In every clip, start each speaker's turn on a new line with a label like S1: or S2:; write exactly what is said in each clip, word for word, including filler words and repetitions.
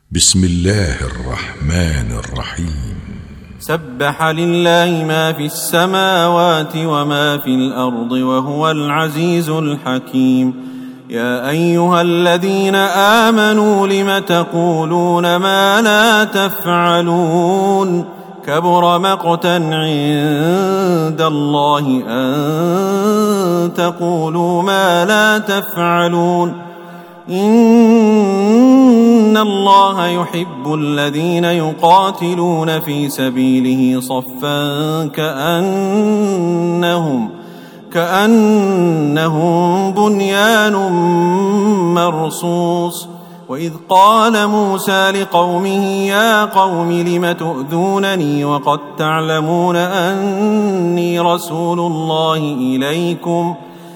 S1: بسم الله الرحمن الرحيم.
S2: سبح لله ما في السماوات وما في الأرض وهو العزيز الحكيم. يا أيها الذين آمنوا لم تقولون ما لا تفعلون كبر مقتا عند الله أن تقولوا ما لا تفعلون إن الله يحب الذين يقاتلون في سبيله صفا كأنهم كأنهم بنيان مرصوص. وإذ قال موسى لقومه يا قوم لم تؤذونني وقد تعلمون أني رسول الله إليكم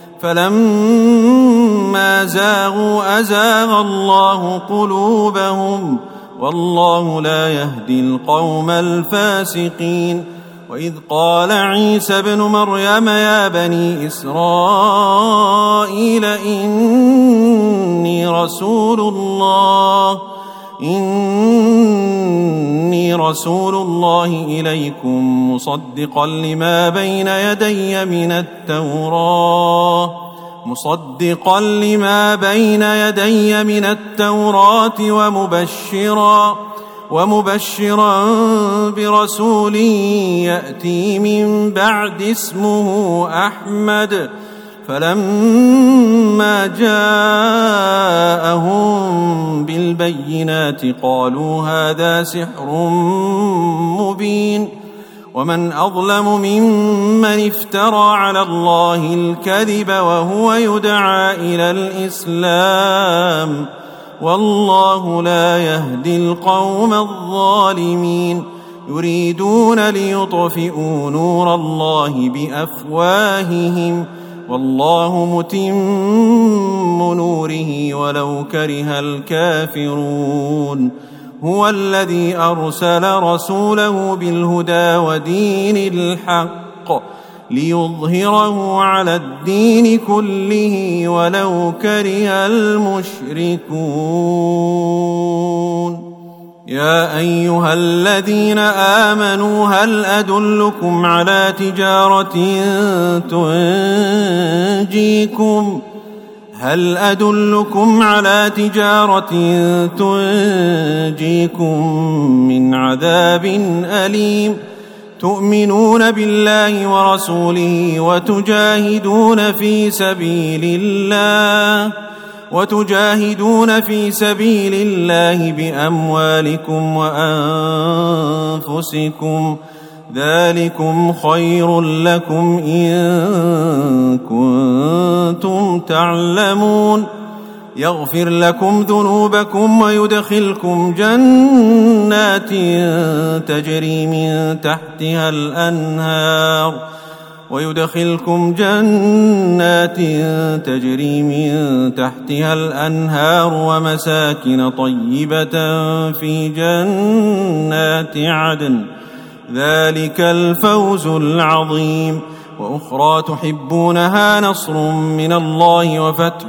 S2: فلما زاغوا أزاغ الله قلوبهم والله لا يهدي القوم الفاسقين. وإذ قال عيسى ابن مريم يا بني إسرائيل إني رسول الله إني رسول الله إليكم مصدقا لما بين يدي من التوراة مصدقا لما بين يدي من التوراة ومبشرا ومبشرا برسول يأتي من بعد اسمه أحمد. فلما جاءهم بالبينات قالوا هذا سحر مبين ومن أظلم ممن افترى على الله الكذب وهو يدعى إلى الإسلام والله لا يهدي القوم الظالمين. يريدون ليطفئوا نور الله بأفواههم والله متم نوره ولو كره الكافرون. هو الذي أرسل رسوله بالهدى ودين الحق ليظهره على الدين كله ولو كره المشركون. يا أيها الذين آمنوا هل أدلكم على تجارة تنجيكم هل أدلكم على تجارة تنجيكم من عذاب أليم تؤمنون بالله ورسوله وتجاهدون في سبيل الله وتجاهدون في سبيل الله بأموالكم وأنفسكم ذلكم خير لكم إن كنتم تعلمون. يغفر لكم ذنوبكم ويدخلكم جنات تجري من تحتها الأنهار ويدخلكم جنات تجري من تحتها الأنهار ومساكن طيبة في جنات عدن ذلك الفوز العظيم. وأخرى تحبونها نصر من الله وفتح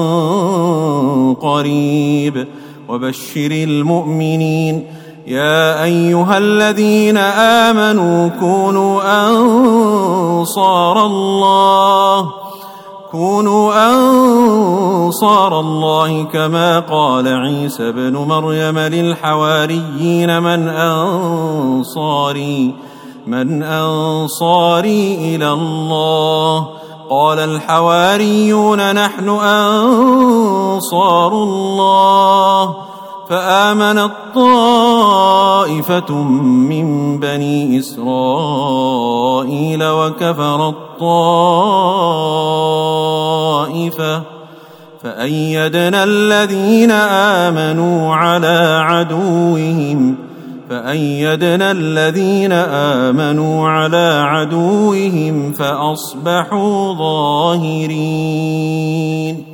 S2: قريب وبشر المؤمنين. يا أيها الذين آمنوا كونوا أنصار الله كونوا أنصار الله كما قال عيسى ابن مريم للحواريين من أنصاري من أنصاري إلى الله قال الحواريون نحن أنصار الله فآمنت طائفة من بني إسرائيل وكفرت طائفة فأيدنا الذين آمنوا على عدوهم فأيدنا الذين آمنوا على عدوهم فأصبحوا ظاهرين.